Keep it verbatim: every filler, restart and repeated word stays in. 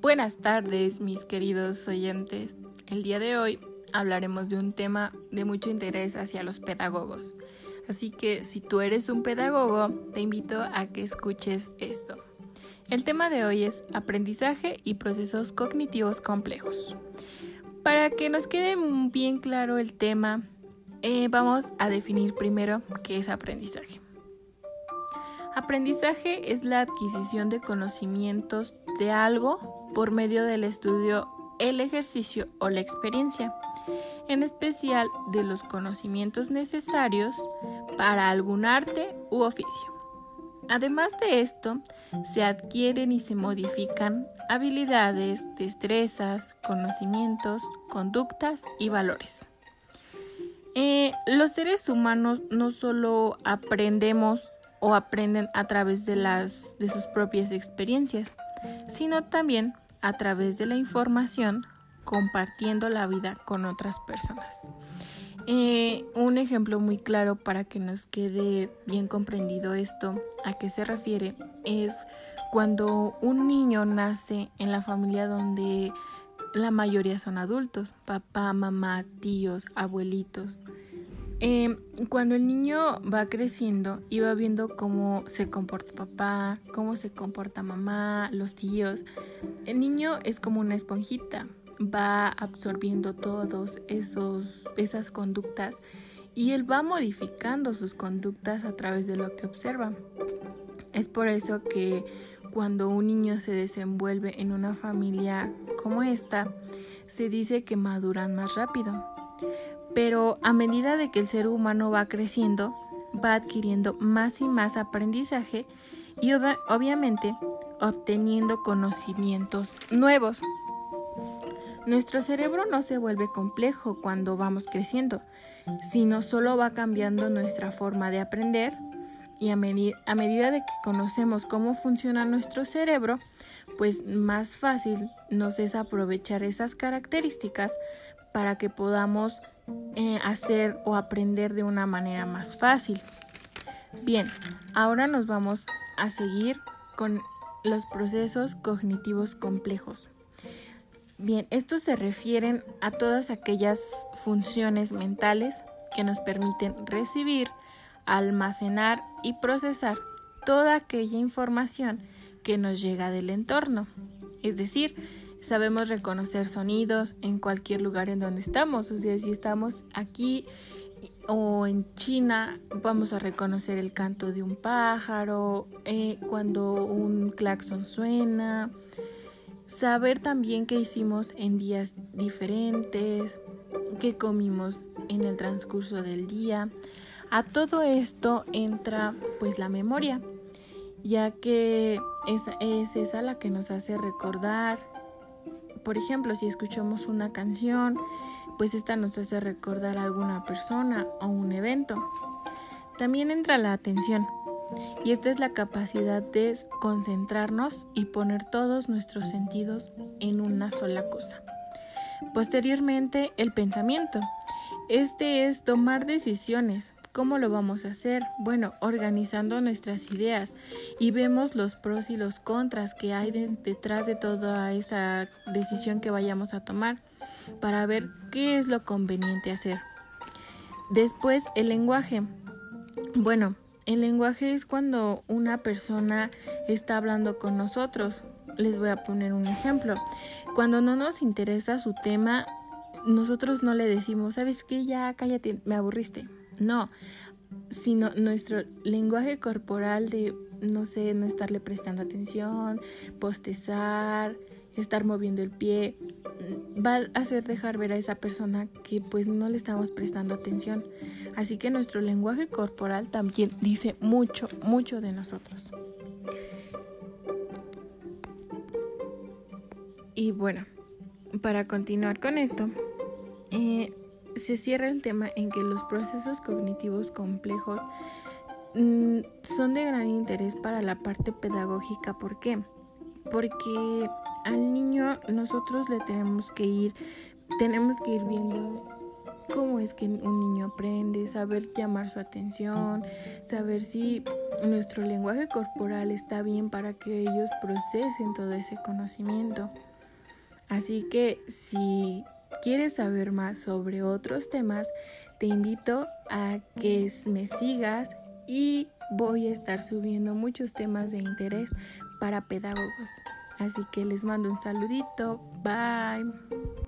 Buenas tardes, mis queridos oyentes. El día de hoy hablaremos de un tema de mucho interés hacia los pedagogos. Así que si tú eres un pedagogo, te invito a que escuches esto. El tema de hoy es aprendizaje y procesos cognitivos complejos. Para que nos quede bien claro el tema, eh, vamos a definir primero qué es aprendizaje. Aprendizaje es la adquisición de conocimientos de algo por medio del estudio, el ejercicio o la experiencia, en especial de los conocimientos necesarios para algún arte u oficio. Además de esto, se adquieren y se modifican habilidades, destrezas, conocimientos, conductas y valores. Eh, los seres humanos no solo aprendemos o aprenden a través de, las, de sus propias experiencias, sino también a través de la información, compartiendo la vida con otras personas. Eh, un ejemplo muy claro para que nos quede bien comprendido esto, a qué se refiere, es cuando un niño nace en la familia donde la mayoría son adultos, papá, mamá, tíos, abuelitos. Eh, cuando el niño va creciendo y va viendo cómo se comporta papá, cómo se comporta mamá, los tíos, el niño es como una esponjita, va absorbiendo todos esos esas conductas y él va modificando sus conductas a través de lo que observa. Es por eso que cuando un niño se desenvuelve en una familia como esta, se dice que maduran más rápido. Pero a medida de que el ser humano va creciendo, va adquiriendo más y más aprendizaje y ob- obviamente obteniendo conocimientos nuevos. Nuestro cerebro no se vuelve complejo cuando vamos creciendo, sino solo va cambiando nuestra forma de aprender y a, medi- a medida de que conocemos cómo funciona nuestro cerebro, pues más fácil nos es aprovechar esas características para que podamos eh, hacer o aprender de una manera más fácil. Bien, ahora nos vamos a seguir con los procesos cognitivos complejos. Bien, estos se refieren a todas aquellas funciones mentales que nos permiten recibir, almacenar y procesar toda aquella información que nos llega del entorno. Es decir, sabemos reconocer sonidos en cualquier lugar en donde estamos. O sea, si estamos aquí o en China, vamos a reconocer el canto de un pájaro, eh, cuando un claxon suena. Saber también qué hicimos en días diferentes, qué comimos en el transcurso del día. A todo esto entra pues la memoria, ya que es, es esa la que nos hace recordar. Por ejemplo, si escuchamos una canción, pues esta nos hace recordar a alguna persona o un evento. También entra la atención, y esta es la capacidad de concentrarnos y poner todos nuestros sentidos en una sola cosa. Posteriormente, el pensamiento. Este es tomar decisiones. ¿Cómo lo vamos a hacer? Bueno, organizando nuestras ideas y vemos los pros y los contras que hay de, detrás de toda esa decisión que vayamos a tomar para ver qué es lo conveniente hacer. Después, el lenguaje. Bueno, el lenguaje es cuando una persona está hablando con nosotros. Les voy a poner un ejemplo. Cuando no nos interesa su tema, nosotros no le decimos, ¿sabes qué? Ya cállate, me aburriste. No, sino nuestro lenguaje corporal de, no sé, no estarle prestando atención, bostezar, estar moviendo el pie, va a hacer dejar ver a esa persona que pues no le estamos prestando atención. Así que nuestro lenguaje corporal también dice mucho, mucho de nosotros. Y bueno, para continuar con esto, eh, se cierra el tema en que los procesos cognitivos complejos mmm, son de gran interés para la parte pedagógica. ¿Por qué? Porque al niño nosotros le tenemos que ir, tenemos que ir viendo cómo es que un niño aprende, saber llamar su atención, saber si nuestro lenguaje corporal está bien para que ellos procesen todo ese conocimiento. Así que si quieres saber más sobre otros temas, te invito a que me sigas y voy a estar subiendo muchos temas de interés para pedagogos. Así que les mando un saludito. Bye.